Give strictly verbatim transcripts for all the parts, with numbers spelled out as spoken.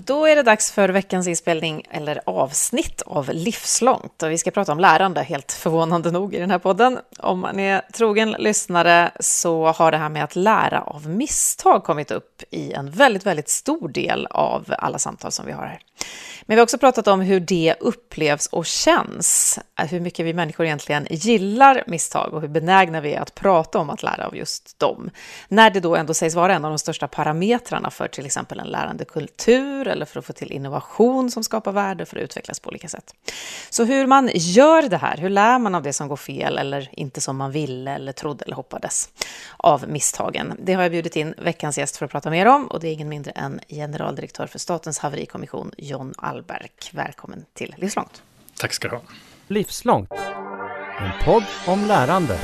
Då är det dags för veckans inspelning eller avsnitt av Livslångt. Och vi ska prata om lärande, helt förvånande nog i den här podden. Om man är trogen lyssnare så har det här med att lära av misstag kommit upp i en väldigt, väldigt stor del av alla samtal som vi har här. Men vi har också pratat om hur det upplevs och känns. Hur mycket vi människor egentligen gillar misstag och hur benägna vi är att prata om att lära av just dem. När det då ändå sägs vara en av de största parametrarna för till exempel en lärande kultur eller för att få till innovation som skapar värde för att utvecklas på olika sätt. Så hur man gör det här, hur lär man av det som går fel eller inte som man ville eller trodde eller hoppades av misstagen. Det har jag bjudit in veckans gäst för att prata mer om och det är ingen mindre än generaldirektör för Statens haverikommission John Alberg. Välkommen till Livslångt. Tack ska du ha. Livslångt. En podd om lärande.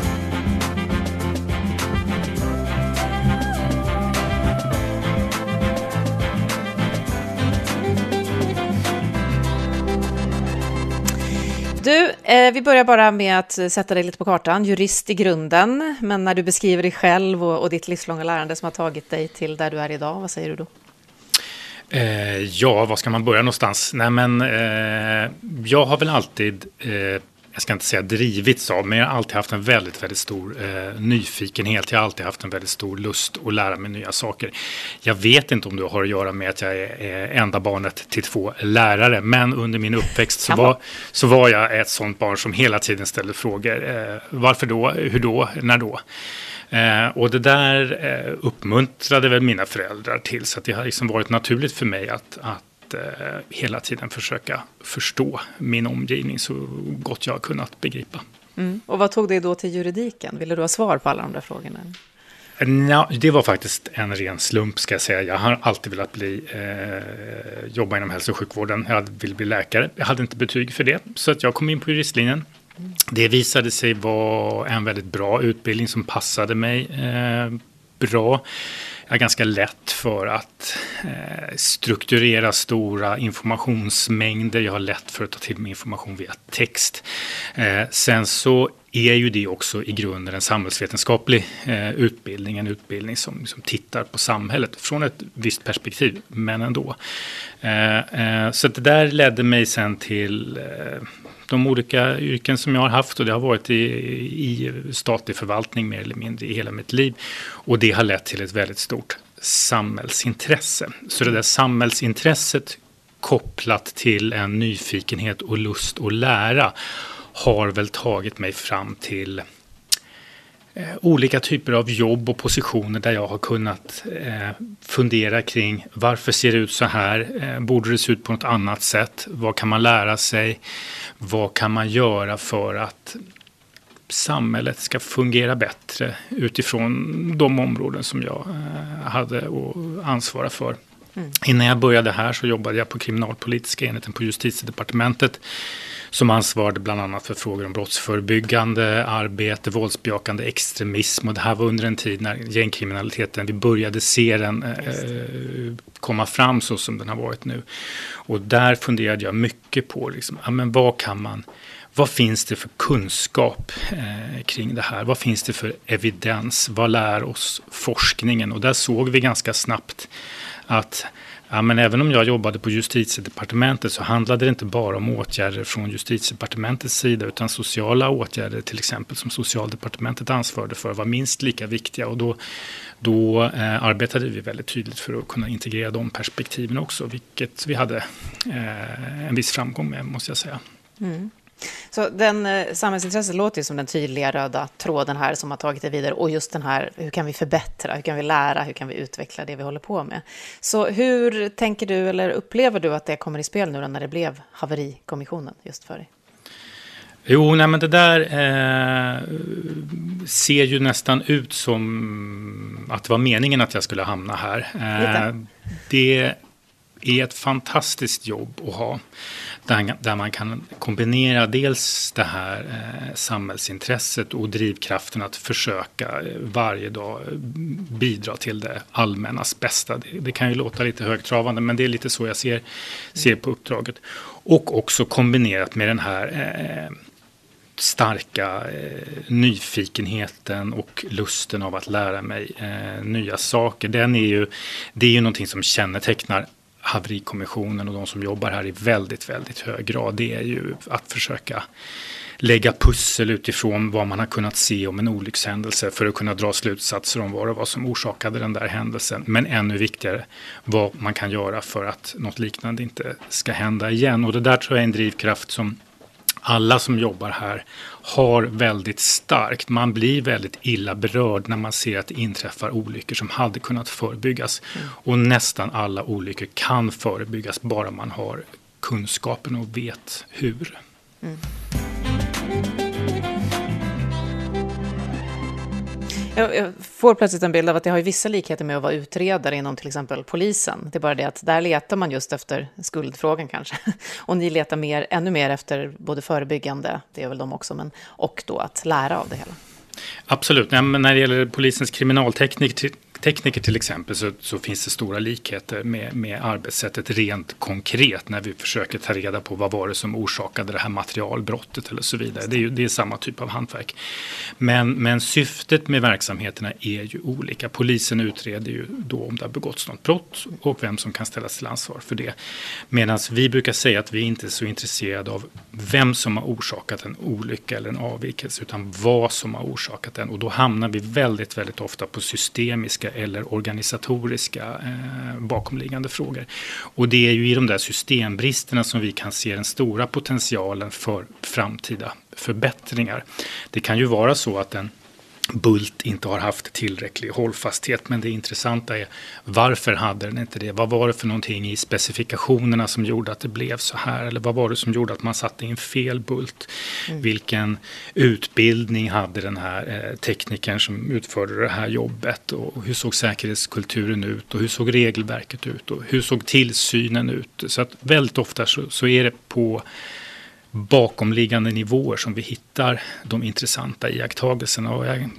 Du, eh, vi börjar bara med att sätta dig lite på kartan. Jurist i grunden, men när du beskriver dig själv och, och ditt livslånga lärande som har tagit dig till där du är idag, vad säger du då? Eh, ja, var ska man börja någonstans? Nej, men eh, jag har väl alltid, eh, jag ska inte säga drivits av, men jag har alltid haft en väldigt, väldigt stor eh, nyfikenhet. Jag har alltid haft en väldigt stor lust att lära mig nya saker. Jag vet inte om det har att göra med att jag är, är enda barnet till två lärare, men under min uppväxt så var, så var jag ett sånt barn som hela tiden ställde frågor. Eh, varför då? Hur då? När då? Eh, och det där eh, uppmuntrade väl mina föräldrar till, så att det har liksom varit naturligt för mig att, att eh, hela tiden försöka förstå min omgivning så gott jag har kunnat begripa. Mm. Och vad tog dig då till juridiken? Ville du ha svar på alla de där frågorna? Ja, det var faktiskt en ren slump ska jag säga. Jag har alltid velat bli, eh, jobba inom hälso- och sjukvården. Jag ville bli läkare. Jag hade inte betyg för det, så att jag kom in på juristlinjen. Det visade sig vara en väldigt bra utbildning som passade mig eh, bra. Jag är ganska lätt för att eh, strukturera stora informationsmängder. Jag har lätt för att ta till mig information via text. Eh, sen så är ju det också i grunden en samhällsvetenskaplig eh, utbildning. En utbildning som, som tittar på samhället från ett visst perspektiv, men ändå. Eh, eh, så det där ledde mig sen till eh, de olika yrken som jag har haft, och det har varit i, i statlig förvaltning mer eller mindre i hela mitt liv. Och det har lett till ett väldigt stort samhällsintresse. Så det där samhällsintresset kopplat till en nyfikenhet och lust att lära har väl tagit mig fram till eh, olika typer av jobb och positioner där jag har kunnat eh, fundera kring varför ser det ut så här? Eh, borde det se ut på något annat sätt? Vad kan man lära sig? Vad kan man göra för att samhället ska fungera bättre utifrån de områden som jag eh, hade att ansvara för? Mm. Innan jag började här så jobbade jag på kriminalpolitiska enheten på Justitiedepartementet som ansvarade bland annat för frågor om brottsförebyggande arbete, våldsbejakande extremism. Och det här var under en tid när gängkriminaliteten, vi började se den eh, komma fram så som den har varit nu. Och där funderade jag mycket på liksom, ja, men vad kan man, vad finns det för kunskap eh, kring det här? Vad finns det för evidens? Vad lär oss forskningen? Och där såg vi ganska snabbt att ja, men även om jag jobbade på Justitiedepartementet så handlade det inte bara om åtgärder från Justitiedepartementets sida, utan sociala åtgärder till exempel som Socialdepartementet ansvarade för var minst lika viktiga, och då, då eh, arbetade vi väldigt tydligt för att kunna integrera de perspektiven också, vilket vi hade eh, en viss framgång med, måste jag säga. Mm. Så den eh, samhällsintresset låter ju som den tydliga röda tråden här som har tagit det vidare, och just den här, hur kan vi förbättra, hur kan vi lära, hur kan vi utveckla det vi håller på med. Så hur tänker du eller upplever du att det kommer i spel nu när det blev haverikommissionen just för dig? Jo, nej, men det där eh, ser ju nästan ut som att det var meningen att jag skulle hamna här. Eh, det är ett fantastiskt jobb att ha. Där, där man kan kombinera dels det här eh, samhällsintresset och drivkraften att försöka varje dag bidra till det allmännas bästa. Det, det kan ju låta lite högtravande, men det är lite så jag ser, ser på uppdraget. Och också kombinerat med den här eh, starka eh, nyfikenheten och lusten av att lära mig eh, nya saker. Den är ju, det är ju någonting som kännetecknar haverikommissionen och de som jobbar här i väldigt, väldigt hög grad, det är ju att försöka lägga pussel utifrån vad man har kunnat se om en olyckshändelse för att kunna dra slutsatser om vad det var som orsakade den där händelsen. Men ännu viktigare, vad man kan göra för att något liknande inte ska hända igen. Och det där tror jag är en drivkraft som alla som jobbar här har väldigt starkt. Man blir väldigt illa berörd när man ser att det inträffar olyckor som hade kunnat förebyggas. Mm. Och nästan alla olyckor kan förebyggas bara man har kunskapen och vet hur. Mm. Jag får plötsligt en bild av att det har ju vissa likheter med att vara utredare inom till exempel polisen. Det är bara det att där letar man just efter skuldfrågan kanske. Och ni letar mer, ännu mer efter både förebyggande, det är väl de också, men och då att lära av det hela. Absolut, ja, men när det gäller polisens kriminaltekniker tekniker till exempel så, så finns det stora likheter med, med arbetssättet rent konkret när vi försöker ta reda på vad var det som orsakade det här materialbrottet eller så vidare. Det är ju det är samma typ av hantverk. Men, men syftet med verksamheterna är ju olika. Polisen utreder ju då om det har begåtts något brott och vem som kan ställas till ansvar för det. Medan vi brukar säga att vi inte är så intresserade av vem som har orsakat en olycka eller en avvikelse utan vad som har orsakat den. Och då hamnar vi väldigt, väldigt ofta på systemiska eller organisatoriska eh, bakomliggande frågor. Och det är ju i de där systembristerna som vi kan se den stora potentialen för framtida förbättringar. Det kan ju vara så att en bult inte har haft tillräcklig hållfasthet, men det intressanta är varför hade den inte det? Vad var det för någonting i specifikationerna som gjorde att det blev så här? Eller vad var det som gjorde att man satte in fel bult? Mm. Vilken utbildning hade den här eh, teknikern som utförde det här jobbet? Och hur såg säkerhetskulturen ut? Och hur såg regelverket ut? Och hur såg tillsynen ut? Så att väldigt ofta så, så är det på bakomliggande nivåer som vi hittar de intressanta iakttagelserna. Och jag,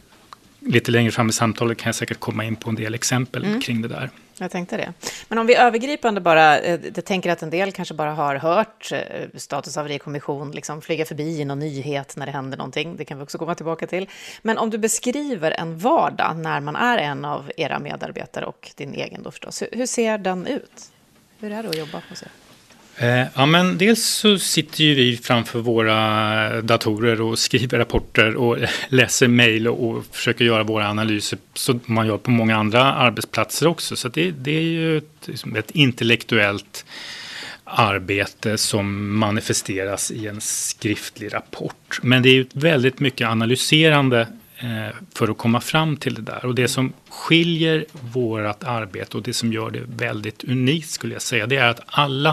lite längre fram i samtalet kan jag säkert komma in på en del exempel mm. kring det där. Jag tänkte det. Men om vi övergripande bara, jag tänker att en del kanske bara har hört Statens haverikommission liksom flyga förbi någon nyhet när det händer någonting. Det kan vi också komma tillbaka till. Men om du beskriver en vardag när man är en av era medarbetare och din egen då förstås. Hur, hur ser den ut? Hur är det att jobba på sig? Ja, men dels så sitter ju vi framför våra datorer och skriver rapporter och läser mejl och, och försöker göra våra analyser som man gör på många andra arbetsplatser också. Så det, det är ju ett, ett intellektuellt arbete som manifesteras i en skriftlig rapport. Men det är ju väldigt mycket analyserande eh, för att komma fram till det där. Och det som skiljer vårt arbete och det som gör det väldigt unikt skulle jag säga, det är att alla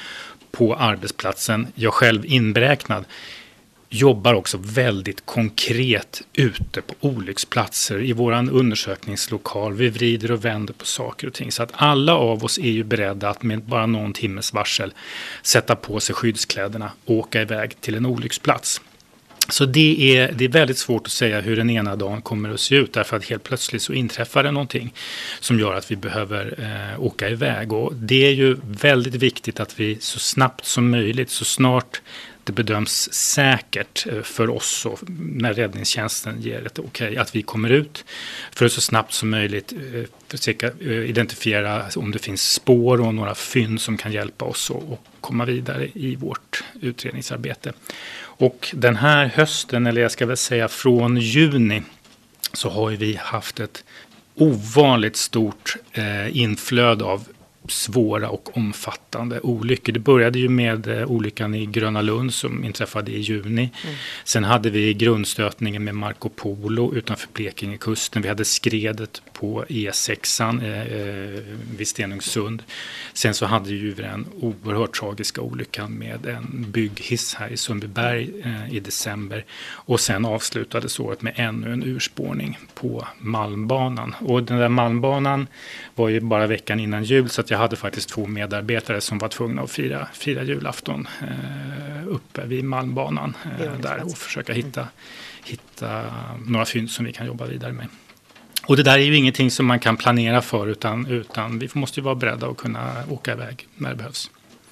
på arbetsplatsen, jag själv inberäknad, jobbar också väldigt konkret ute på olycksplatser i våran undersökningslokal. Vi vrider och vänder på saker och ting. Så att alla av oss är ju beredda att med bara någon timmes varsel sätta på sig skyddskläderna och åka iväg till en olycksplats. Så det är, det är väldigt svårt att säga hur den ena dagen kommer att se ut därför att helt plötsligt så inträffar det någonting som gör att vi behöver eh, åka iväg. Och det är ju väldigt viktigt att vi så snabbt som möjligt, så snart det bedöms säkert för oss och när räddningstjänsten ger ett okej att vi kommer ut för att så snabbt som möjligt eh, försöka eh, identifiera om det finns spår och några fynd som kan hjälpa oss och, och komma vidare i vårt utredningsarbete. Och den här hösten, eller jag ska väl säga från juni, så har vi haft ett ovanligt stort eh, inflöde av svåra och omfattande olyckor. Det började ju med eh, olyckan i Gröna Lund som inträffade i juni. Mm. Sen hade vi grundstötningen med Marco Polo utanför Blekingekusten. Vi hade skredet på E sexan eh, eh, vid Stenungsund. Sen så hade ju vi den oerhört tragiska olyckan med en bygghiss här i Sundbyberg eh, i december. Och sen avslutades året med ännu en urspårning på Malmbanan. Och den där Malmbanan var ju bara veckan innan jul, så att jag hade faktiskt två medarbetare som var tvungna att fira, fira julafton eh, uppe vid Malmbanan eh, där och försöka hitta, hitta några fynd som vi kan jobba vidare med. Och det där är ju ingenting som man kan planera för utan, utan vi måste ju vara beredda att kunna åka iväg när det behövs.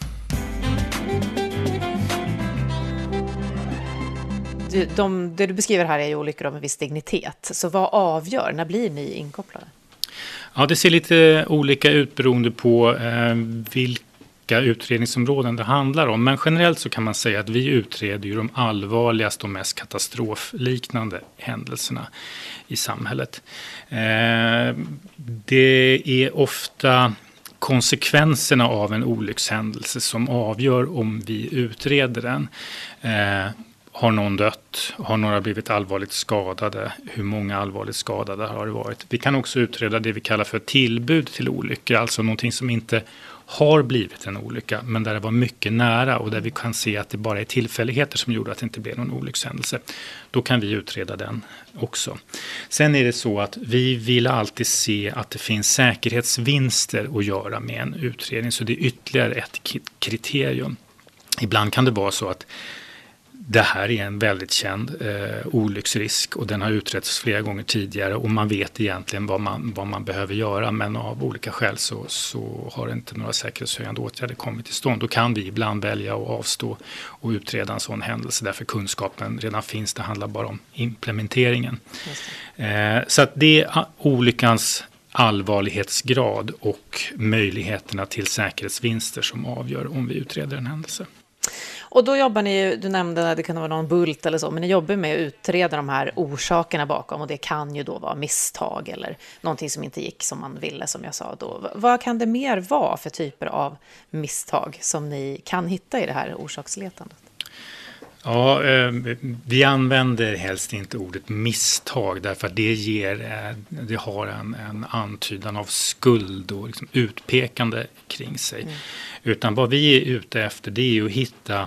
Du, de, det du beskriver här är ju olyckor av en viss dignitet. Så vad avgör? När blir ni inkopplade? Ja, det ser lite olika ut beroende på eh, vilka utredningsområden det handlar om. Men generellt så kan man säga att vi utreder ju de allvarligaste och mest katastrofliknande händelserna i samhället. Eh, det är ofta konsekvenserna av en olyckshändelse som avgör om vi utreder den. Eh, har någon dött? Har några blivit allvarligt skadade? Hur många allvarligt skadade har det varit? Vi kan också utreda det vi kallar för tillbud till olyckor, alltså någonting som inte har blivit en olycka men där det var mycket nära och där vi kan se att det bara är tillfälligheter som gjorde att det inte blev någon olyckshändelse. Då kan vi utreda den också. Sen är det så att vi vill alltid se att det finns säkerhetsvinster att göra med en utredning, så det är ytterligare ett kriterium. Ibland kan det vara så att det här är en väldigt känd eh, olycksrisk och den har utretts flera gånger tidigare och man vet egentligen vad man, vad man behöver göra, men av olika skäl så, så har inte några säkerhetshöjande åtgärder kommit till stånd. Då kan vi ibland välja att avstå och utreda en sån händelse därför kunskapen redan finns, det handlar bara om implementeringen. Eh, så att det är olyckans allvarlighetsgrad och möjligheterna till säkerhetsvinster som avgör om vi utreder en händelse. Och då jobbar ni ju, du nämnde att det kan vara någon bult eller så, men ni jobbar med att utreda de här orsakerna bakom och det kan ju då vara misstag eller någonting som inte gick som man ville, som jag sa då. Vad kan det mer vara för typer av misstag som ni kan hitta i det här orsaksletandet? Ja, eh, vi använder helst inte ordet misstag därför att det ger, eh, det har en, en antydan av skuld och liksom utpekande kring sig. Mm. Utan vad vi är ute efter, det är att hitta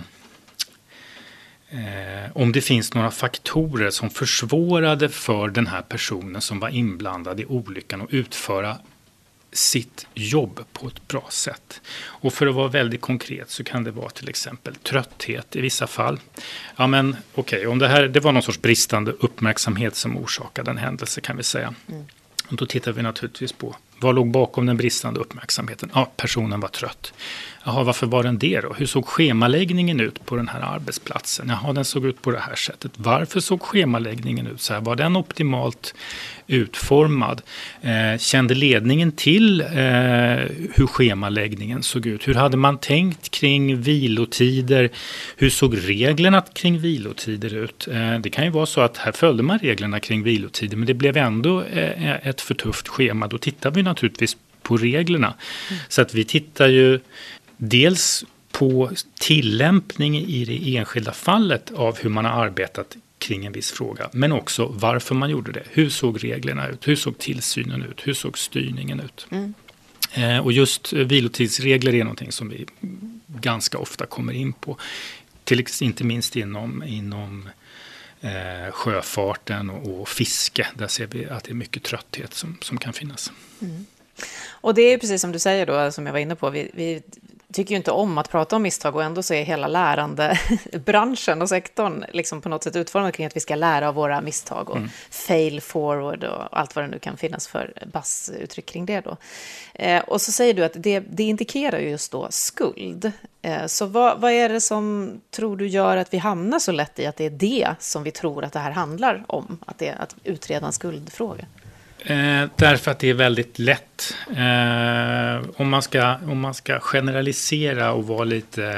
eh, om det finns några faktorer som försvårade för den här personen som var inblandad i olyckan att utföra sitt jobb på ett bra sätt. Och för att vara väldigt konkret så kan det vara till exempel trötthet i vissa fall. Ja men okej, okay, om det här det var någon sorts bristande uppmärksamhet som orsakade en händelse kan vi säga. Mm. Och då tittar vi naturligtvis på vad låg bakom den bristande uppmärksamheten. Ja, personen var trött. Jaha, varför var den det då? Hur såg schemaläggningen ut på den här arbetsplatsen? Jaha, den såg ut på det här sättet. Varför såg schemaläggningen ut så här? Var den optimalt utformad? Eh, kände ledningen till eh, hur schemaläggningen såg ut? Hur hade man tänkt kring vilotider? Hur såg reglerna kring vilotider ut? Eh, det kan ju vara så att här följde man reglerna kring vilotider men det blev ändå eh, ett för tufft schema. Då tittar vi naturligtvis på reglerna. Mm. Så att vi tittar ju dels på tillämpning i det enskilda fallet av hur man har arbetat kring en viss fråga. Men också varför man gjorde det. Hur såg reglerna ut? Hur såg tillsynen ut? Hur såg styrningen ut? Mm. Eh, och just vilotidsregler är någonting som vi ganska ofta kommer in på. Till, inte minst inom, inom eh, sjöfarten och, och fiske. Där ser vi att det är mycket trötthet som, som kan finnas. Mm. Och det är precis som du säger då, som jag var inne på, vi, vi tycker ju inte om att prata om misstag och ändå så är hela lärandebranschen och sektorn liksom på något sätt utformad kring att vi ska lära av våra misstag och mm. fail forward och allt vad det nu kan finnas för bassuttryck kring det då. Eh, och så säger du att det, det indikerar ju just då skuld. Eh, så vad, vad är det som tror du gör att vi hamnar så lätt i att det är det som vi tror att det här handlar om, att det är att utreda en skuldfråga? Eh, därför att det är väldigt lätt. Eh, om, man ska, om man ska generalisera och vara lite,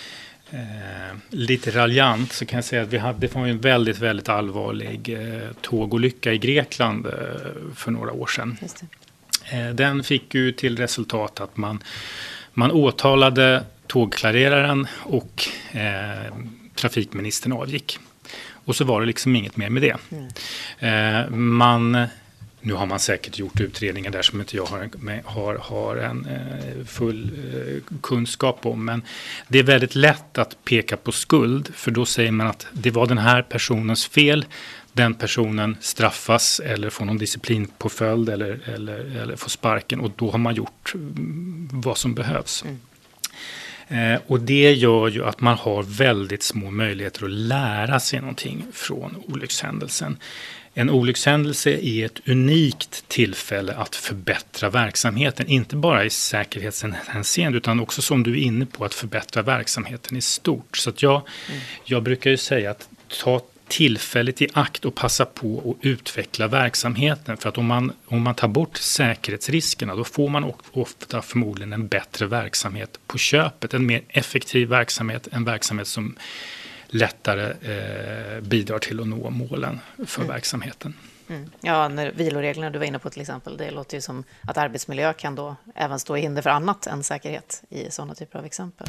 eh, lite raljant så kan jag säga att vi hade, det var en väldigt, väldigt allvarlig eh, tågolycka i Grekland eh, för några år sedan. Just det. Eh, den fick ju till resultat att man, man åtalade tågklareraren och eh, trafikministern avgick. Och så var det liksom inget mer med det. Mm. Eh, man... Nu har man säkert gjort utredningar där som inte jag har, har, har en eh, full eh, kunskap om. Men det är väldigt lätt att peka på skuld. För då säger man att det var den här personens fel. Den personen straffas eller får någon disciplinpåföljd eller, eller, eller får sparken. Och då har man gjort vad som behövs. Mm. Eh, och det gör ju att man har väldigt små möjligheter att lära sig någonting från olyckshändelsen. En olyckshändelse är ett unikt tillfälle att förbättra verksamheten. Inte bara i säkerhetshänseende utan också som du är inne på att förbättra verksamheten i stort. Så att jag, mm. jag brukar ju säga att ta tillfället i akt och passa på att utveckla verksamheten. För att om man, om man tar bort säkerhetsriskerna, då får man ofta förmodligen en bättre verksamhet på köpet. En mer effektiv verksamhet, en verksamhet som lättare eh, bidrar till att nå målen för mm. verksamheten. Mm. Ja, när viloreglerna du var inne på till exempel, det låter ju som att arbetsmiljö kan då även stå i hinder för annat än säkerhet i sådana typer av exempel.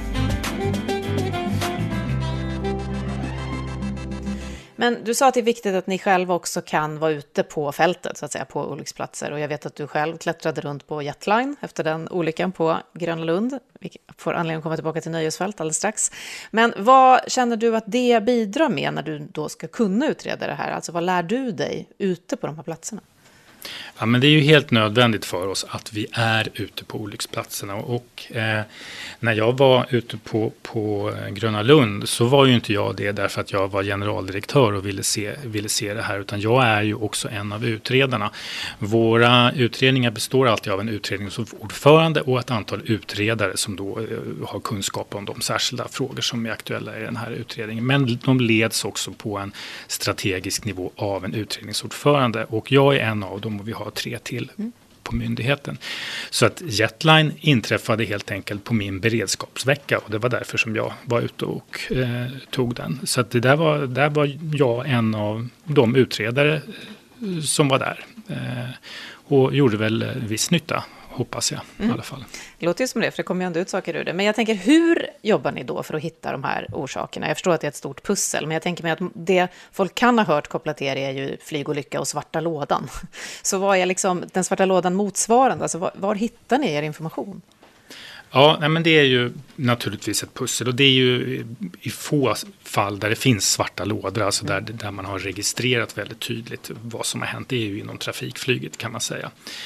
Men du sa att det är viktigt att ni själva också kan vara ute på fältet, så att säga, på olycksplatser. Och jag vet att du själv klättrade runt på Jetline efter den olyckan på Gröna Lund. Vi får anledning att komma tillbaka till nöjesfält alldeles strax. Men vad känner du att det bidrar med när du då ska kunna utreda det här? Alltså vad lär du dig ute på de här platserna? Ja, men det är ju helt nödvändigt för oss att vi är ute på olycksplatserna. Och eh, när jag var ute på, på Gröna Lund så var ju inte jag det därför att jag var generaldirektör och ville se, ville se det här. Utan jag är ju också en av utredarna. Våra utredningar består alltid av en utredningsordförande och ett antal utredare som då eh, har kunskap om de särskilda frågor som är aktuella i den här utredningen. Men de leds också på en strategisk nivå av en utredningsordförande. Och jag är en av dem och vi har tre till mm. på myndigheten. Så att Jetline inträffade helt enkelt på min beredskapsvecka och det var därför som jag var ute och eh, tog den. Så att det där var, där var jag en av de utredare som var där eh, och gjorde väl viss nytta, hoppas jag mm. i alla fall. Det låter ju som det, för det kommer ju ändå ut saker ur det. Men jag tänker, hur jobbar ni då för att hitta de här orsakerna? Jag förstår att det är ett stort pussel, men jag tänker mig att det folk kan ha hört kopplat till er är ju flygolycka och svarta lådan. Så vad är liksom den svarta lådan motsvarande? Alltså var, var hittar ni er information? Ja, nej, men det är ju naturligtvis ett pussel och det är ju i få fall där det finns svarta lådor, alltså där, där man har registrerat väldigt tydligt vad som har hänt. Det är ju inom trafikflyget kan man säga.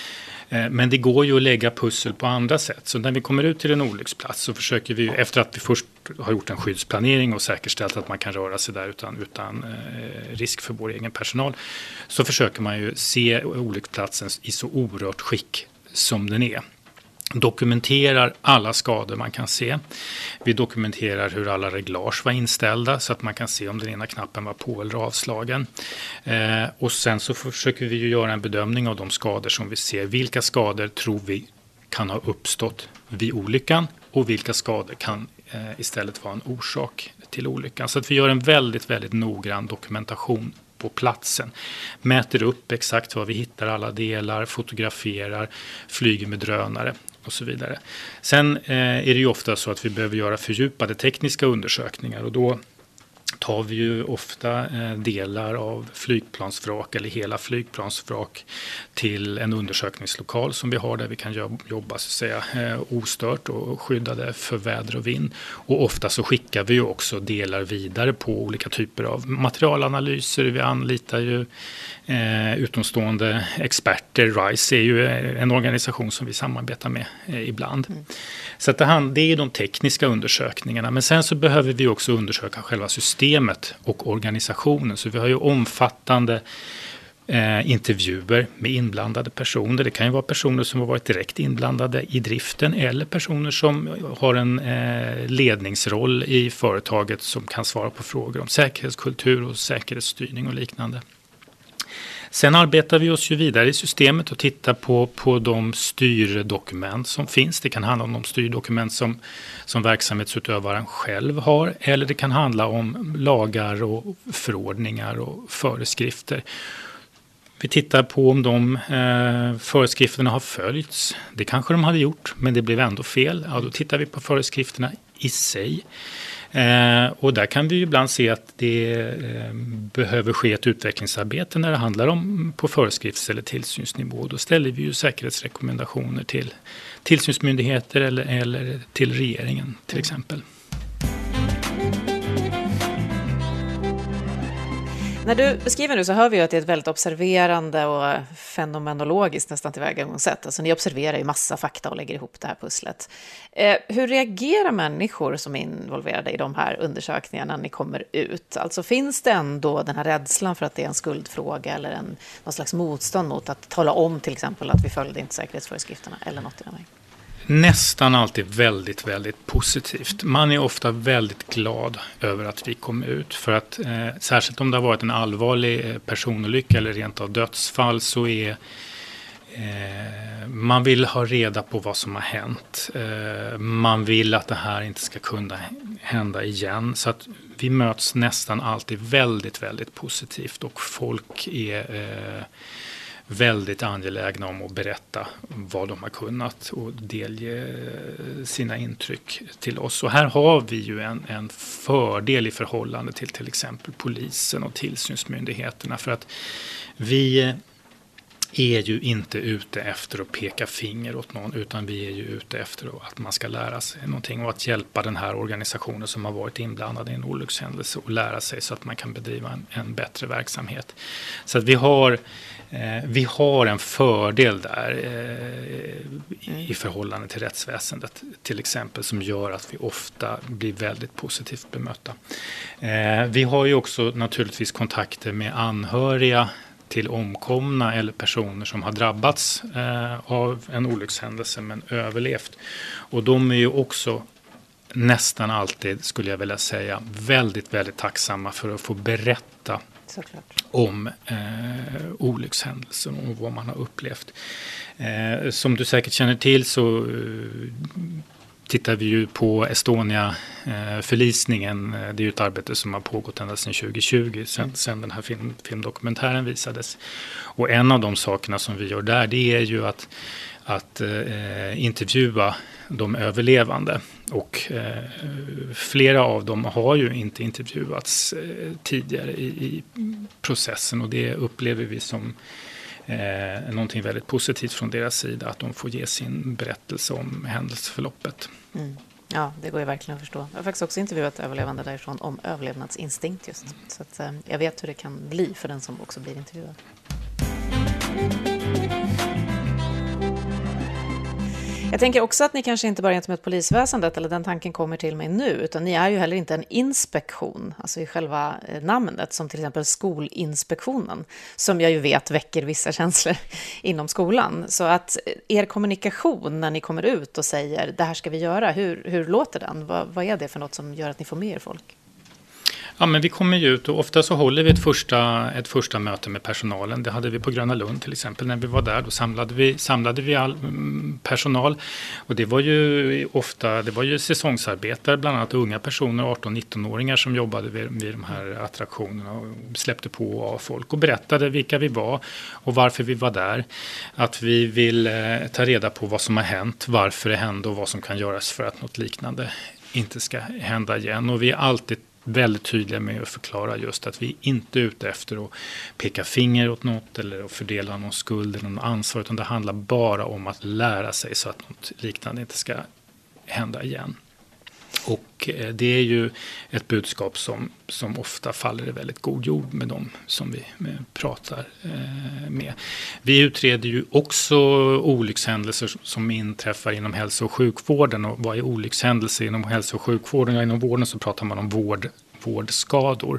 Men det går ju att lägga pussel på andra sätt. Så när vi kommer ut till en olycksplats så försöker vi, efter att vi först har gjort en skyddsplanering och säkerställt att man kan röra sig där utan, utan eh, risk för vår egen personal, så försöker man ju se olycksplatsen i så oerhört skick som den är. Dokumenterar alla skador man kan se. Vi dokumenterar hur alla reglage var inställda så att man kan se om den ena knappen var på eller avslagen. Eh, och sen så försöker vi ju göra en bedömning av de skador som vi ser. Vilka skador tror vi kan ha uppstått vid olyckan och vilka skador kan eh, istället vara en orsak till olyckan. Så att vi gör en väldigt, väldigt noggrann dokumentation på platsen. Mäter upp exakt vad vi hittar, alla delar, fotograferar, flyger med drönare och så vidare. Sen eh, är det ju ofta så att vi behöver göra fördjupade tekniska undersökningar och då tar vi ju ofta eh, delar av flygplansvrak eller hela flygplansvrak till en undersökningslokal som vi har där vi kan jobba så att säga, eh, ostört och skyddade för väder och vind. Och ofta så skickar vi ju också delar vidare på olika typer av materialanalyser. Vi anlitar ju eh, utomstående experter. RISE är ju en organisation som vi samarbetar med eh, ibland. Mm. Så att det, det är de tekniska undersökningarna. Men sen så behöver vi också undersöka själva systemet och organisationen. Så vi har ju omfattande eh, intervjuer med inblandade personer. Det kan ju vara personer som har varit direkt inblandade i driften eller personer som har en eh, ledningsroll i företaget som kan svara på frågor om säkerhetskultur och säkerhetsstyrning och liknande. Sen arbetar vi oss ju vidare i systemet och tittar på, på de styrdokument som finns. Det kan handla om de styrdokument som, som verksamhetsutövaren själv har. Eller det kan handla om lagar och förordningar och föreskrifter. Vi tittar på om de eh, föreskrifterna har följts. Det kanske de hade gjort, men det blev ändå fel. Ja, då tittar vi på föreskrifterna i sig. Eh, och där kan vi ju ibland se att det eh, behöver ske ett utvecklingsarbete när det handlar om på föreskrifts- eller tillsynsnivå. Då ställer vi ju säkerhetsrekommendationer till tillsynsmyndigheter eller, eller till regeringen till exempel. När du beskriver nu så hör vi ju att det är ett väldigt observerande och fenomenologiskt nästan tillvägagångssätt. Alltså ni observerar ju massa fakta och lägger ihop det här pusslet. Eh, hur reagerar människor som är involverade i de här undersökningarna när ni kommer ut? Alltså finns det ändå den här rädslan för att det är en skuldfråga eller en, någon slags motstånd mot att tala om till exempel att vi följde inte säkerhetsföreskrifterna eller något i den här? nästan alltid väldigt, väldigt positivt. Man är ofta väldigt glad över att vi kom ut. För att eh, särskilt om det har varit en allvarlig eh, personolycka eller rent av dödsfall så är eh, man vill ha reda på vad som har hänt. Eh, man vill att det här inte ska kunna hända igen. Så att vi möts nästan alltid väldigt, väldigt positivt och folk är eh, väldigt angelägna om att berätta vad de har kunnat och delge sina intryck till oss. Och här har vi ju en, en fördel i förhållande till till exempel polisen och tillsynsmyndigheterna, för att vi är ju inte ute efter att peka finger åt någon, utan vi är ju ute efter att man ska lära sig någonting och att hjälpa den här organisationen som har varit inblandad i en olyckshändelse och lära sig så att man kan bedriva en, en bättre verksamhet. Så att vi har Eh, vi har en fördel där eh, i förhållande till rättsväsendet till exempel, som gör att vi ofta blir väldigt positivt bemötta. Eh, vi har ju också naturligtvis kontakter med anhöriga till omkomna eller personer som har drabbats eh, av en olyckshändelse men överlevt. Och de är ju också nästan alltid, skulle jag vilja säga, väldigt, väldigt tacksamma för att få berätta Såklart. om eh, olyckshändelser och vad man har upplevt. Eh, som du säkert känner till så eh, tittar vi ju på Estonia-förlisningen. Eh, det är ju ett arbete som har pågått ända sedan tjugo tjugo, sedan, mm. sedan den här film, filmdokumentären visades. Och en av de sakerna som vi gör där, det är ju att, att eh, intervjua de överlevande, och eh, flera av dem har ju inte intervjuats eh, tidigare i, i processen, och det upplever vi som eh, någonting väldigt positivt från deras sida, att de får ge sin berättelse om händelseförloppet. Mm. Ja, det går ju verkligen att förstå. Jag har faktiskt också intervjuat överlevande därifrån om överlevnadsinstinkt just, så att eh, jag vet hur det kan bli för den som också blir intervjuad. Jag tänker också att ni kanske inte bara är med polisväsendet, eller den tanken kommer till mig nu, utan ni är ju heller inte en inspektion, alltså i själva namnet, som till exempel Skolinspektionen, som jag ju vet väcker vissa känslor inom skolan. Så att er kommunikation när ni kommer ut och säger det här ska vi göra, hur, hur låter den? Vad, vad är det för något som gör att ni får med er folk? Ja, men vi kommer ju ut och ofta så håller vi ett första, ett första möte med personalen. Det hade vi på Gröna Lund till exempel. När vi var där, då samlade vi, samlade vi all personal. Och det var ju ofta, det var ju säsongsarbetare, bland annat unga personer, arton-nitton-åringar som jobbade vid, vid de här attraktionerna och släppte på av folk och berättade vilka vi var och varför vi var där. Att vi vill eh, ta reda på vad som har hänt, varför det hände och vad som kan göras för att något liknande inte ska hända igen. Och vi är alltid väldigt tydliga med att förklara just att vi inte är ute efter att peka finger åt något eller att fördela någon skuld eller någon ansvar, utan det handlar bara om att lära sig så att något liknande inte ska hända igen. Och det är ju ett budskap som, som ofta faller i väldigt god jord med dem som vi pratar med. Vi utreder ju också olyckshändelser som inträffar inom hälso- och sjukvården. Och vad är olyckshändelser inom hälso- och sjukvården? Ja, inom vården så pratar man om vård, vårdskador.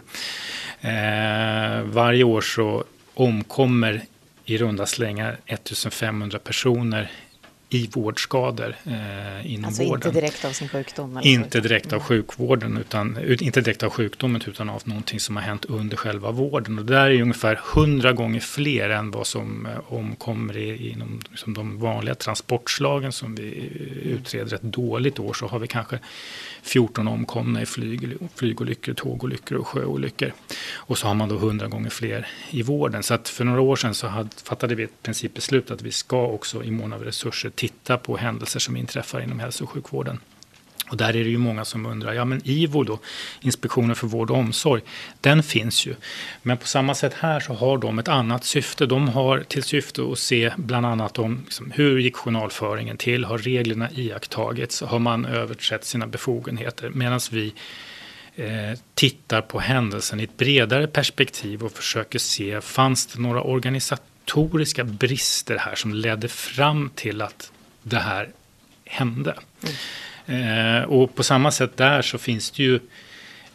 Eh, varje år så omkommer i runda slängar ettusenfemhundra personer i vårdskador eh, inom alltså vården. Inte direkt av sin sjukdom? Eller inte direkt av sjukvården, utan, inte direkt av sjukdomen, utan av någonting som har hänt under själva vården. Och det där är ungefär hundra gånger fler än vad som eh, omkommer i, inom liksom de vanliga transportslagen som vi utreder ett dåligt år. Så har vi kanske fjorton omkomna i flyg, flygolyckor, tågolyckor och sjöolyckor. Och så har man då hundra gånger fler i vården. Så att för några år sedan så hade, fattade vi ett principbeslut att vi ska också i mån av resurser titta på händelser som inträffar inom hälso- och sjukvården. Och där är det ju många som undrar, ja men I V O då, Inspektionen för vård och omsorg, den finns ju. Men på samma sätt här så har de ett annat syfte. De har till syfte att se bland annat om liksom, hur gick journalföringen till, har reglerna iakttagits, har man överträtt sina befogenheter, medan vi eh, tittar på händelsen i ett bredare perspektiv och försöker se, fanns det några organisatoriska brister här som ledde fram till att det här hände. Mm. Eh, och på samma sätt där så finns det ju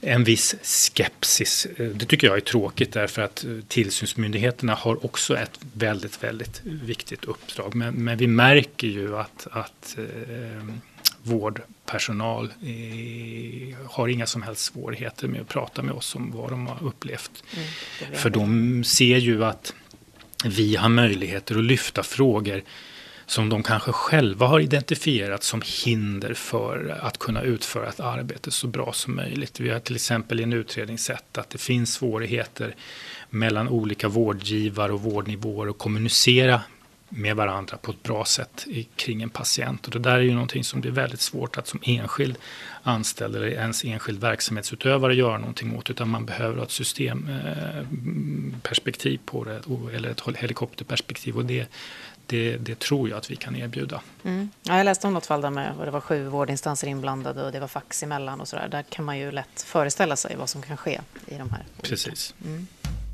en viss skepsis. Det tycker jag är tråkigt därför att tillsynsmyndigheterna har också ett väldigt, väldigt viktigt uppdrag. Men, men vi märker ju att, att eh, vårdpersonal eh, har inga som helst svårigheter med att prata med oss om vad de har upplevt. Mm, För de ser ju att vi har möjligheter att lyfta frågor som de kanske själva har identifierat som hinder för att kunna utföra ett arbete så bra som möjligt. Vi har till exempel i en utredning sett att det finns svårigheter mellan olika vårdgivare och vårdnivåer att kommunicera med varandra på ett bra sätt kring en patient. Och det där är ju någonting som det är väldigt svårt att som enskild anställd eller ens enskild verksamhetsutövare göra någonting åt, utan man behöver ett systemperspektiv på det eller ett helikopterperspektiv, och det Det, det tror jag att vi kan erbjuda. Mm. Ja, jag läste om något fall där med, och det var sju vårdinstanser inblandade och det var fax emellan och sådär. Där kan man ju lätt föreställa sig vad som kan ske i de här olika. Precis. Mm.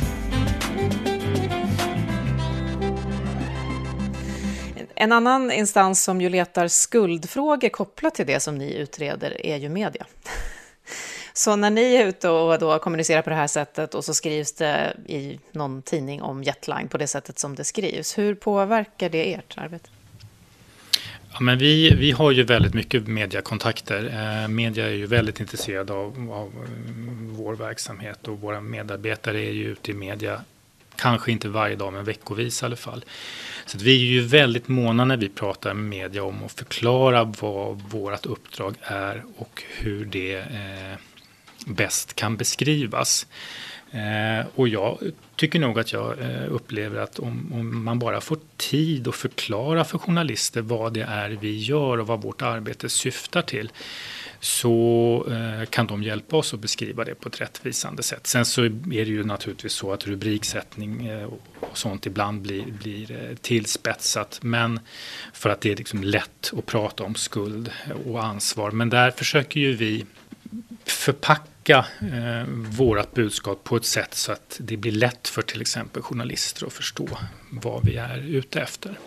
En annan instans som ju letar skuldfrågor kopplat till det som ni utreder är ju media. Så när ni är ute och då kommunicerar på det här sättet och så skrivs det i någon tidning om Jetline på det sättet som det skrivs, hur påverkar det ert arbete? Ja, men vi, vi har ju väldigt mycket mediakontakter. Eh, media är ju väldigt intresserade av, av vår verksamhet, och våra medarbetare är ju ute i media kanske inte varje dag men veckovis i alla fall. Så att vi är ju väldigt måna när vi pratar med media om att förklara vad vårt uppdrag är och hur det eh, bäst kan beskrivas. Eh, och jag tycker nog att jag eh, upplever att om, om man bara får tid att förklara för journalister vad det är vi gör och vad vårt arbete syftar till, så eh, kan de hjälpa oss att beskriva det på ett rättvisande sätt. Sen så är det ju naturligtvis så att rubriksättning eh, och sånt ibland blir, blir eh, tillspetsat, men för att det är liksom lätt att prata om skuld och ansvar. Men där försöker ju vi förpacka eh, vårat budskap på ett sätt så att det blir lätt för till exempel journalister att förstå vad vi är ute efter.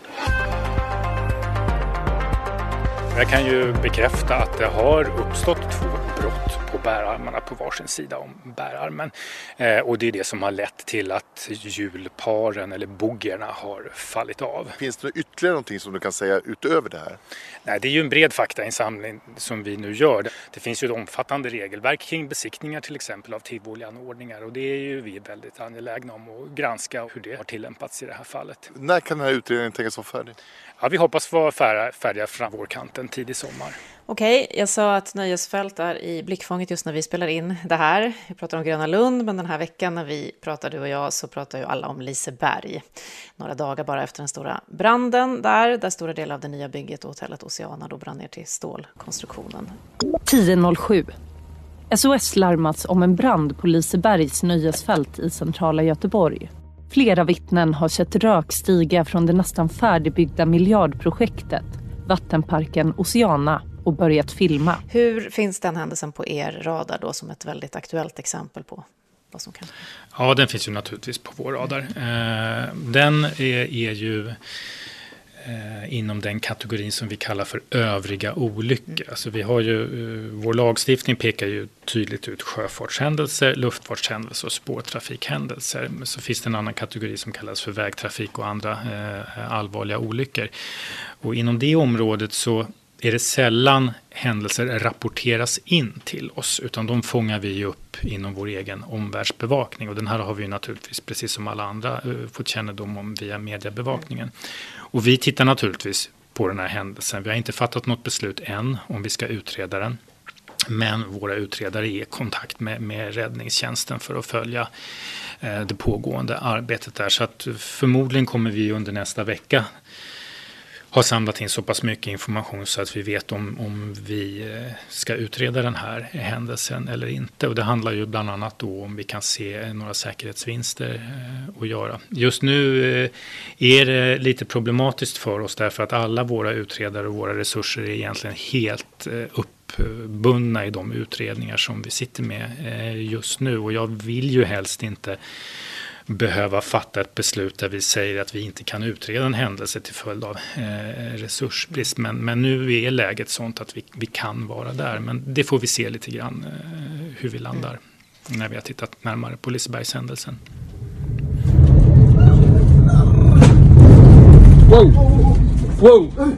Jag kan ju bekräfta att det har uppstått två brott på bärarmarna på varsin sida om bärarmen. Eh, och det är det som har lett till att hjulparen eller boggierna har fallit av. Finns det ytterligare någonting som du kan säga utöver det här? Nej, det är ju en bred faktainsamling som vi nu gör. Det finns ju ett omfattande regelverk kring besiktningar till exempel av tivolianordningar, och det är ju vi väldigt angelägna om att granska hur det har tillämpats i det här fallet. När kan den här utredningen tänkas vara färdig? Ja, vi hoppas vara färdiga fram vårkanten tidig sommar. Okej, jag sa att Nöjesfält är i blickfånget just när vi spelar in det här. Vi pratar om Gröna Lund, men den här veckan när vi pratar, du och jag, så pratar ju alla om Liseberg. Några dagar bara efter den stora branden där, där stora delar av det nya bygget och hotellet Oceana då brann ner till stålkonstruktionen. tio noll sju. S O S larmats om en brand på Lisebergs Nöjesfält i centrala Göteborg. Flera vittnen har sett rök stiga från det nästan färdigbyggda miljardprojektet, vattenparken Oceana, och börjat filma. Hur finns den händelsen på er radar då som ett väldigt aktuellt exempel på vad som kan ske? Ja, den finns ju naturligtvis på vår radar. Den är, är ju inom den kategorin som vi kallar för övriga olyckor. Alltså vi har ju, vår lagstiftning pekar ju tydligt ut sjöfartshändelser, luftfartshändelser och spårtrafikhändelser. Men så finns det en annan kategori som kallas för vägtrafik och andra eh, allvarliga olyckor. Och inom det området så är det sällan händelser rapporteras in till oss, utan de fångar vi upp inom vår egen omvärldsbevakning. Och den här har vi naturligtvis, precis som alla andra, fått kännedom om via mediebevakningen. Och vi tittar naturligtvis på den här händelsen. Vi har inte fattat något beslut än om vi ska utreda den. Men våra utredare är i kontakt med, med räddningstjänsten för att följa eh, det pågående arbetet där. Så att förmodligen kommer vi under nästa vecka har samlat in så pass mycket information så att vi vet om, om vi ska utreda den här händelsen eller inte. Och det handlar ju bland annat då om vi kan se några säkerhetsvinster att göra. Just nu är det lite problematiskt för oss därför att alla våra utredare och våra resurser är egentligen helt uppbundna i de utredningar som vi sitter med just nu. Och jag vill ju helst inte behöva fatta ett beslut där vi säger att vi inte kan utreda en händelse till följd av eh, resursbrist. Men, men nu är läget sånt att vi, vi kan vara där. Men det får vi se lite grann eh, hur vi landar när vi har tittat närmare på Lisebergshändelsen. Wow! Wow!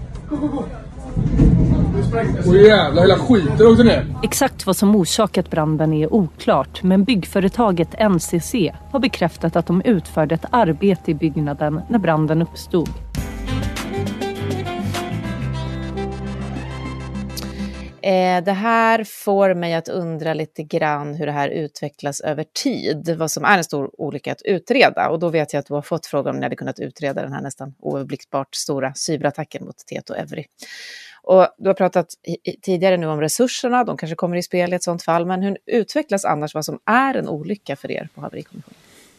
Åh jävlar, hela skiten åkte ner. Exakt vad som orsakat branden är oklart, men byggföretaget N C C har bekräftat att de utförde ett arbete i byggnaden när branden uppstod. Det här får mig att undra lite grann hur det här utvecklas över tid, vad som är en stor olycka att utreda. Och då vet jag att du har fått frågan om ni hade kunnat utreda den här nästan oöverblickbart stora cyberattacken mot Tieto Evry. Och du har pratat tidigare nu om resurserna, de kanske kommer i spel i ett sådant fall, men hur utvecklas annars vad som är en olycka för er på haverikommissionen?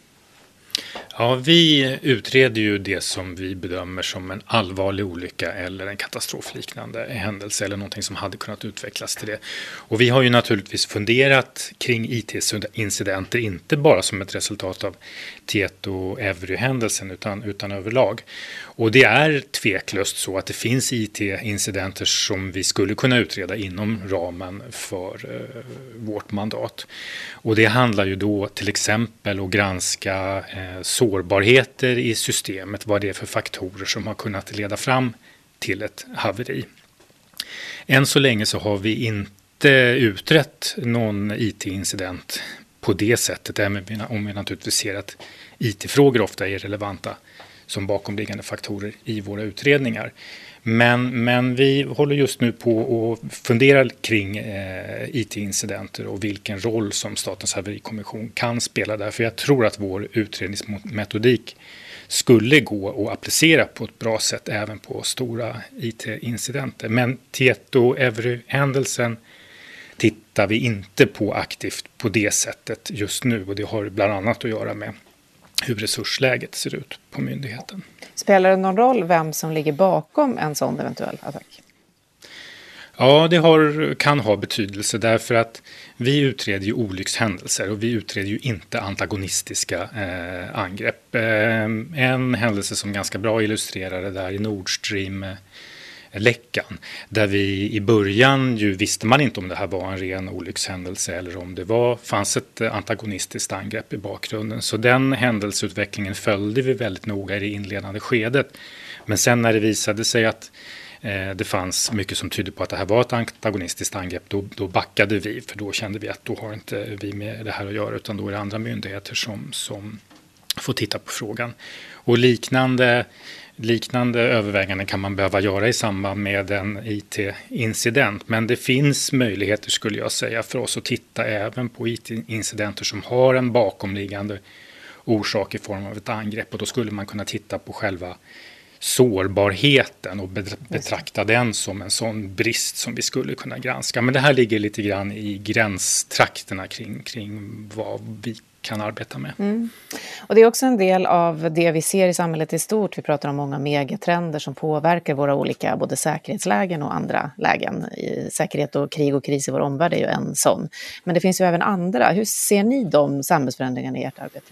Ja, vi utreder ju det som vi bedömer som en allvarlig olycka eller en katastrofliknande händelse eller någonting som hade kunnat utvecklas till det. Och vi har ju naturligtvis funderat kring I T-incidenter, inte bara som ett resultat av Tieto Evry-händelsen utan, utan överlag. Och det är tveklöst så att det finns I T-incidenter som vi skulle kunna utreda inom ramen för eh, vårt mandat. Och det handlar ju då till exempel att granska eh, sårbarheter i systemet, vad det är för faktorer som har kunnat leda fram till ett haveri. Än så länge så har vi inte utrett någon I T-incident på det sättet, även om vi naturligtvis ser att I T-frågor ofta är relevanta som bakomliggande faktorer i våra utredningar. Men, men vi håller just nu på att fundera kring eh, I T-incidenter och vilken roll som Statens haverikommission kan spela där. För jag tror att vår utredningsmetodik skulle gå att applicera på ett bra sätt även på stora I T-incidenter. Men Tieto Evry-händelsen tittar vi inte på aktivt på det sättet just nu. Och det har bland annat att göra med hur resursläget ser ut på myndigheten. Spelar det någon roll vem som ligger bakom en sån eventuell attack? Ja, det har, kan ha betydelse därför att vi utreder ju olyckshändelser och vi utreder ju inte antagonistiska eh, angrepp. Eh, en händelse som ganska bra illustrerar det där i Nord Stream eh, läckan, där vi i början ju visste man inte om det här var en ren olyckshändelse eller om det var, fanns ett antagonistiskt angrepp i bakgrunden. Så den händelseutvecklingen följde vi väldigt noga i det inledande skedet. Men sen när det visade sig att eh, det fanns mycket som tydde på att det här var ett antagonistiskt angrepp, då, då backade vi, för då kände vi att då har inte vi med det här att göra, utan då är det andra myndigheter som, som får titta på frågan. Och liknande Liknande överväganden kan man behöva göra i samband med en I T-incident. Men det finns möjligheter, skulle jag säga, för oss att titta även på I T-incidenter som har en bakomliggande orsak i form av ett angrepp. Och då skulle man kunna titta på själva sårbarheten och betrakta den som en sån brist som vi skulle kunna granska. Men det här ligger lite grann i gränstrakterna kring, kring vad vi kan arbeta med. Mm. Och det är också en del av det vi ser i samhället i stort. Vi pratar om många megatrender som påverkar våra olika både säkerhetslägen och andra lägen. I säkerhet och krig och kris i vår omvärld är ju en sån. Men det finns ju även andra. Hur ser ni de samhällsförändringarna i ert arbete?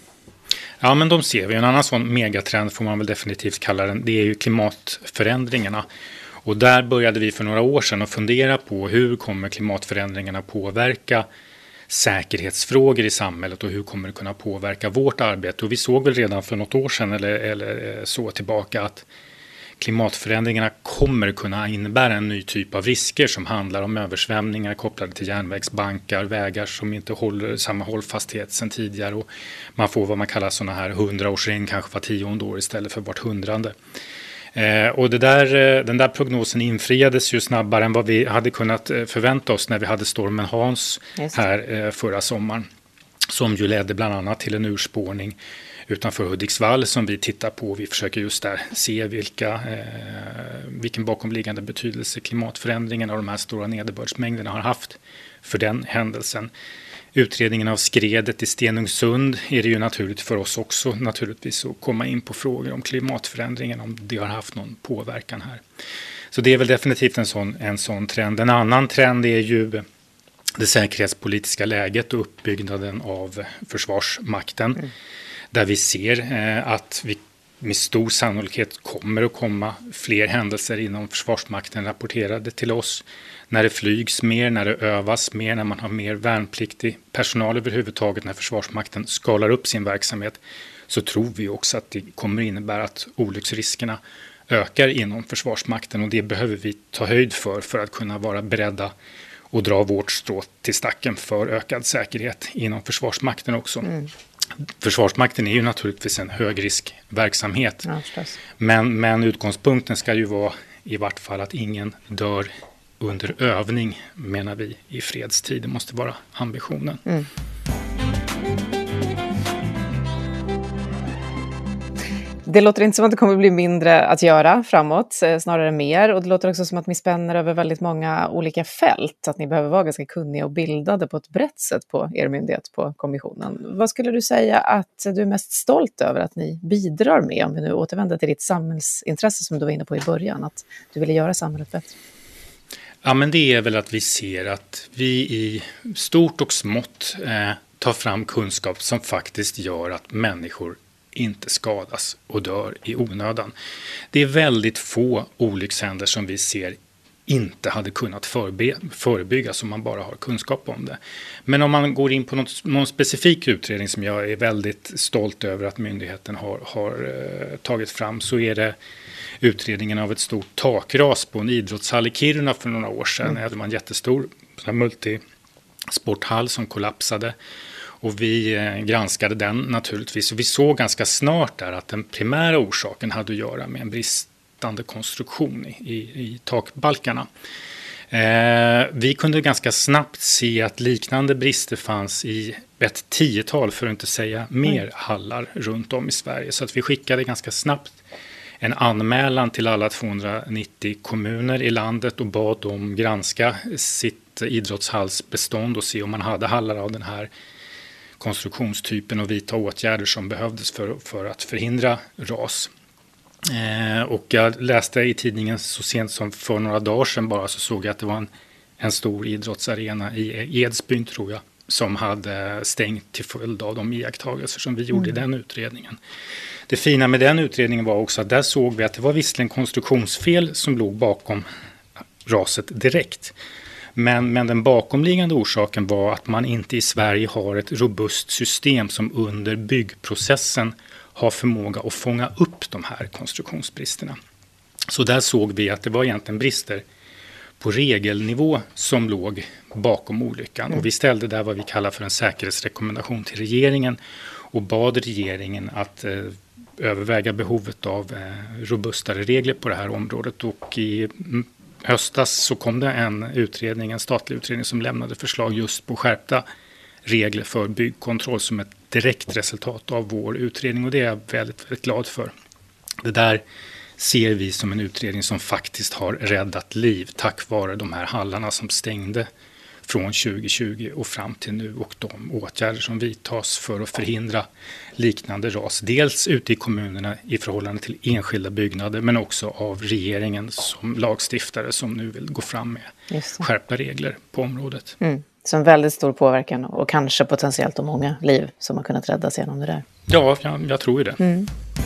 Ja, men de ser vi. En annan sån megatrend får man väl definitivt kalla den. Det är ju klimatförändringarna. Och där började vi för några år sedan att fundera på hur kommer klimatförändringarna påverka säkerhetsfrågor i samhället och hur kommer det kunna påverka vårt arbete. Och vi såg väl redan för något år sedan eller, eller så tillbaka att klimatförändringarna kommer kunna innebära en ny typ av risker som handlar om översvämningar kopplade till järnvägsbankar, vägar som inte håller samma hållfasthet sedan tidigare, och man får vad man kallar sådana här hundraårsregn kanske var tionde år istället för vart hundrande. Eh, och det där, den där prognosen infriades ju snabbare än vad vi hade kunnat förvänta oss när vi hade stormen Hans här eh, förra sommaren, som ju ledde bland annat till en urspårning utanför Hudiksvall som vi tittar på. Vi försöker just där se vilka, eh, vilken bakomliggande betydelse klimatförändringen och de här stora nederbördsmängderna har haft för den händelsen. Utredningen av skredet i Stenungsund är det ju naturligt för oss också naturligtvis att komma in på frågor om klimatförändringen, om det har haft någon påverkan här. Så det är väl definitivt en sån, en sån trend. En annan trend är ju det säkerhetspolitiska läget och uppbyggnaden av försvarsmakten. Mm. Där vi ser eh, att vi med stor sannolikhet kommer att komma fler händelser inom Försvarsmakten rapporterade till oss. När det flygs mer, när det övas mer, när man har mer värnpliktig personal överhuvudtaget, när Försvarsmakten skalar upp sin verksamhet, så tror vi också att det kommer innebära att olycksriskerna ökar inom Försvarsmakten, och det behöver vi ta höjd för för att kunna vara beredda och dra vårt strå till stacken för ökad säkerhet inom Försvarsmakten också. Mm. Försvarsmakten är ju naturligtvis en högriskverksamhet, ja, men, men utgångspunkten ska ju vara i vart fall att ingen dör under övning, menar vi, i fredstid. Det måste vara ambitionen. Mm. Det låter inte som att det kommer bli mindre att göra framåt, snarare mer. Och det låter också som att ni spänner över väldigt många olika fält. Att ni behöver vara ganska kunniga och bildade på ett brett sätt på er myndighet, på kommissionen. Vad skulle du säga att du är mest stolt över att ni bidrar med? Om vi nu återvänder till ditt samhällsintresse som du var inne på i början. Att du ville göra samhället bättre. Ja, men det är väl att vi ser att vi i stort och smått eh, tar fram kunskap som faktiskt gör att människor inte skadas och dör i onödan. Det är väldigt få olyckshändelser som vi ser inte hade kunnat förebe- förebyggas om man bara har kunskap om det. Men om man går in på något, någon specifik utredning som jag är väldigt stolt över att myndigheten har, har eh, tagit fram, så är det utredningen av ett stort takras på en idrottshall i Kiruna för några år sedan. Mm. Det var en jättestor multisporthall som kollapsade. Och vi granskade den naturligtvis, och vi såg ganska snart där att den primära orsaken hade att göra med en bristande konstruktion i, i, i takbalkarna. Eh, vi kunde ganska snabbt se att liknande brister fanns i ett tiotal, för att inte säga mer, mm. hallar runt om i Sverige. Så att vi skickade ganska snabbt en anmälan till alla tvåhundranittio kommuner i landet och bad dem granska sitt idrottshallsbestånd och se om man hade hallar av den här konstruktionstypen och vidta åtgärder som behövdes för, för att förhindra ras. Eh, och jag läste i tidningen så sent som för några dagar sedan bara, så såg jag att det var en, en stor idrottsarena i Edsbyn, tror jag, som hade stängt till följd av de iakttagelser som vi gjorde mm. i den utredningen. Det fina med den utredningen var också att där såg vi att det var visserligen konstruktionsfel som låg bakom raset direkt. Men, men den bakomliggande orsaken var att man inte i Sverige har ett robust system som under byggprocessen har förmåga att fånga upp de här konstruktionsbristerna. Så där såg vi att det var egentligen brister på regelnivå som låg bakom olyckan. Mm. Och vi ställde där vad vi kallar för en säkerhetsrekommendation till regeringen och bad regeringen att eh, överväga behovet av eh, robustare regler på det här området. Och i mm, höstas så kom det en utredning, en statlig utredning som lämnade förslag just på skärpta regler för byggkontroll som ett direkt resultat av vår utredning, och det är jag väldigt, väldigt glad för. Det där ser vi som en utredning som faktiskt har räddat liv tack vare de här hallarna som stängde från tjugo tjugo och fram till nu, och de åtgärder som vidtas för att förhindra liknande ras. Dels ute i kommunerna i förhållande till enskilda byggnader, men också av regeringen som lagstiftare som nu vill gå fram med skärpta regler på området. Mm. Så en väldigt stor påverkan och kanske potentiellt om många liv som har kunnat räddas genom det där. Ja, jag, jag tror ju det. Mm.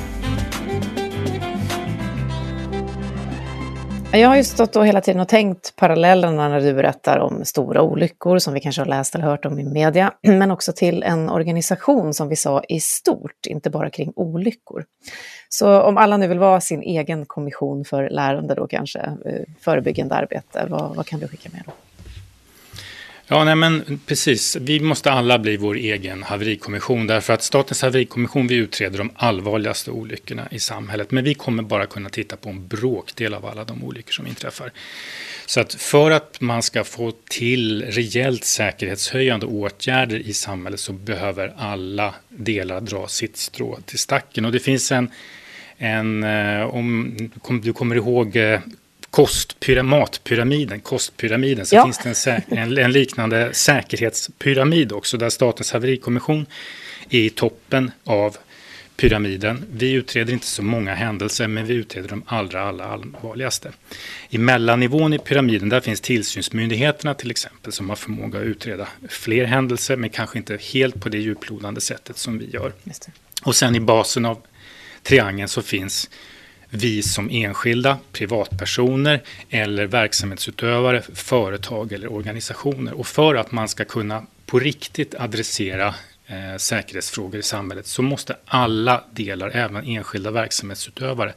Jag har ju stått och hela tiden och tänkt parallellerna när du berättar om stora olyckor som vi kanske har läst eller hört om i media, men också till en organisation som vi sa i stort, inte bara kring olyckor. Så om alla nu vill vara sin egen kommission för lärande då kanske, förebyggande arbete, vad, vad kan du skicka med då? Ja, nej men precis. Vi måste alla bli vår egen haverikommission, därför att Statens haverikommission, vi utreder de allvarligaste olyckorna i samhället, men vi kommer bara kunna titta på en bråkdel av alla de olyckor som inträffar. Så att för att man ska få till rejält säkerhetshöjande åtgärder i samhället så behöver alla delar dra sitt strå till stacken. Och det finns en, en om du kommer ihåg kostpyramiden, kostpyramiden, så ja. finns det en, sä- en, en liknande säkerhetspyramid också, där Statens haverikommission är i toppen av pyramiden. Vi utreder inte så många händelser, men vi utreder de allra, allra allvarligaste. I mellannivån i pyramiden, där finns tillsynsmyndigheterna till exempel, som har förmåga att utreda fler händelser, men kanske inte helt på det djuplodande sättet som vi gör. Just det. Och sen i basen av triangeln så finns vi som enskilda, privatpersoner eller verksamhetsutövare, företag eller organisationer. Och för att man ska kunna på riktigt adressera eh, säkerhetsfrågor i samhället så måste alla delar, även enskilda verksamhetsutövare,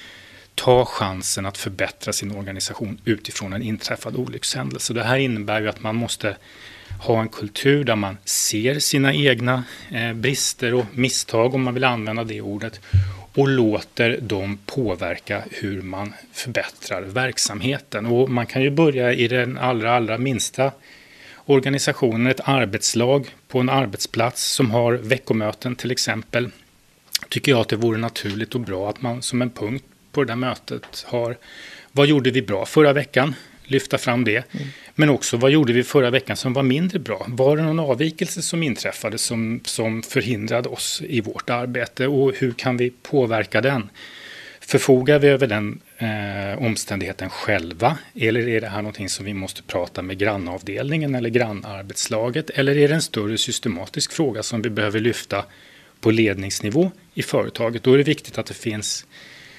ta chansen att förbättra sin organisation utifrån en inträffad olyckshändelse. Det här innebär ju att man måste ha en kultur där man ser sina egna eh, brister och misstag, om man vill använda det ordet, och låter dem påverka hur man förbättrar verksamheten. Och man kan ju börja i den allra, allra minsta organisationen, ett arbetslag på en arbetsplats som har veckomöten till exempel. Tycker jag att det vore naturligt och bra att man som en punkt på det där mötet har: vad gjorde vi bra förra veckan? Lyfta fram det. Mm. Men också, vad gjorde vi förra veckan som var mindre bra? Var det någon avvikelse som inträffade som, som förhindrade oss i vårt arbete? Och hur kan vi påverka den? Förfogar vi över den eh, omständigheten själva? Eller är det här någonting som vi måste prata med grannavdelningen eller grannarbetslaget? Eller är det en större systematisk fråga som vi behöver lyfta på ledningsnivå i företaget? Då är det viktigt att det finns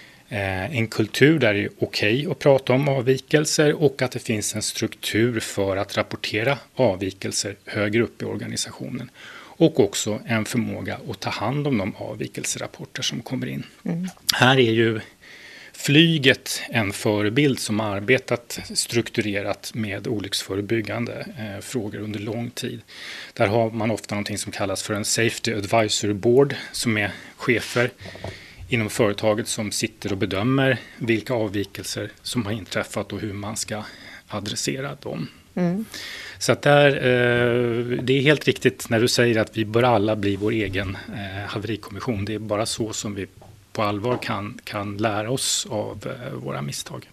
en kultur där det är okej att prata om avvikelser och att det finns en struktur för att rapportera avvikelser högre upp i organisationen. Och också en förmåga att ta hand om de avvikelserapporter som kommer in. Mm. Här är ju flyget en förebild som har arbetat strukturerat med olycksförebyggande eh, frågor under lång tid. Där har man ofta något som kallas för en Safety Advisory Board som är chefer inom företaget som sitter och bedömer vilka avvikelser som har inträffat och hur man ska adressera dem. Mm. Så att där, eh, det är helt riktigt när du säger att vi bör alla bli vår egen eh, haverikommission. Det är bara så som vi på allvar kan, kan lära oss av eh, våra misstag.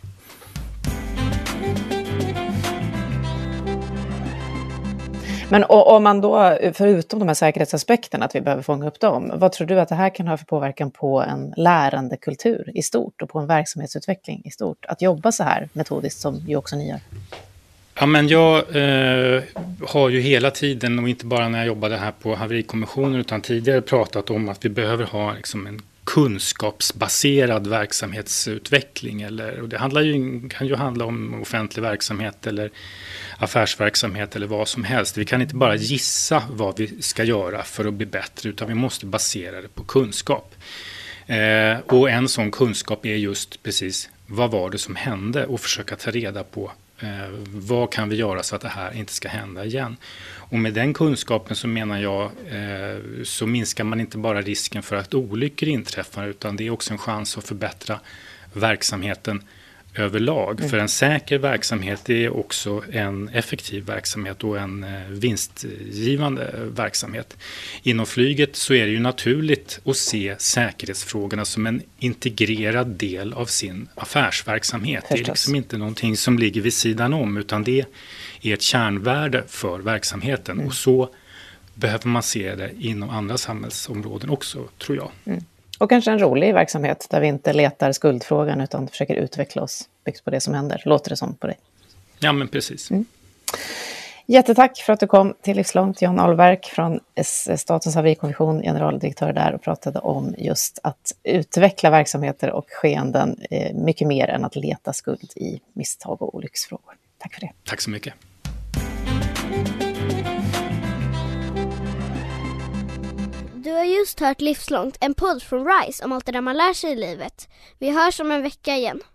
Men om man då, förutom de här säkerhetsaspekterna, att vi behöver fånga upp dem, vad tror du att det här kan ha för påverkan på en lärandekultur i stort och på en verksamhetsutveckling i stort? Att jobba så här metodiskt som ju också ni gör. Ja, men jag eh, har ju hela tiden, och inte bara när jag jobbade här på haverikommissionen utan tidigare, pratat om att vi behöver ha liksom en kunskapsbaserad verksamhetsutveckling. Eller, och det handlar ju, kan ju handla om offentlig verksamhet eller affärsverksamhet eller vad som helst. Vi kan inte bara gissa vad vi ska göra för att bli bättre, utan vi måste basera det på kunskap. Eh, och en sån kunskap är just precis vad var det som hände och försöka ta reda på eh, vad kan vi göra så att det här inte ska hända igen. Och med den kunskapen så menar jag eh, så minskar man inte bara risken för att olyckor inträffar, utan det är också en chans att förbättra verksamheten överlag. Mm. För en säker verksamhet är också en effektiv verksamhet och en vinstgivande verksamhet. Inom flyget så är det ju naturligt att se säkerhetsfrågorna som en integrerad del av sin affärsverksamhet. Förstås. Det är liksom inte någonting som ligger vid sidan om, utan det är ett kärnvärde för verksamheten. Mm. Och så behöver man se det inom andra samhällsområden också, tror jag. Mm. Och kanske en rolig verksamhet där vi inte letar skuldfrågan utan försöker utveckla oss byggt på det som händer. Låter det som på dig? Ja, men precis. Mm. Jättetack för att du kom till Livslångt, John Ahlberg från Statens haverikommission, generaldirektör där, och pratade om just att utveckla verksamheter och skeenden eh, mycket mer än att leta skuld i misstag och olycksfrågor. Tack för det. Tack så mycket. Du har just hört Livslångt, en podd från RISE om allt det där man lär sig i livet. Vi hörs om en vecka igen.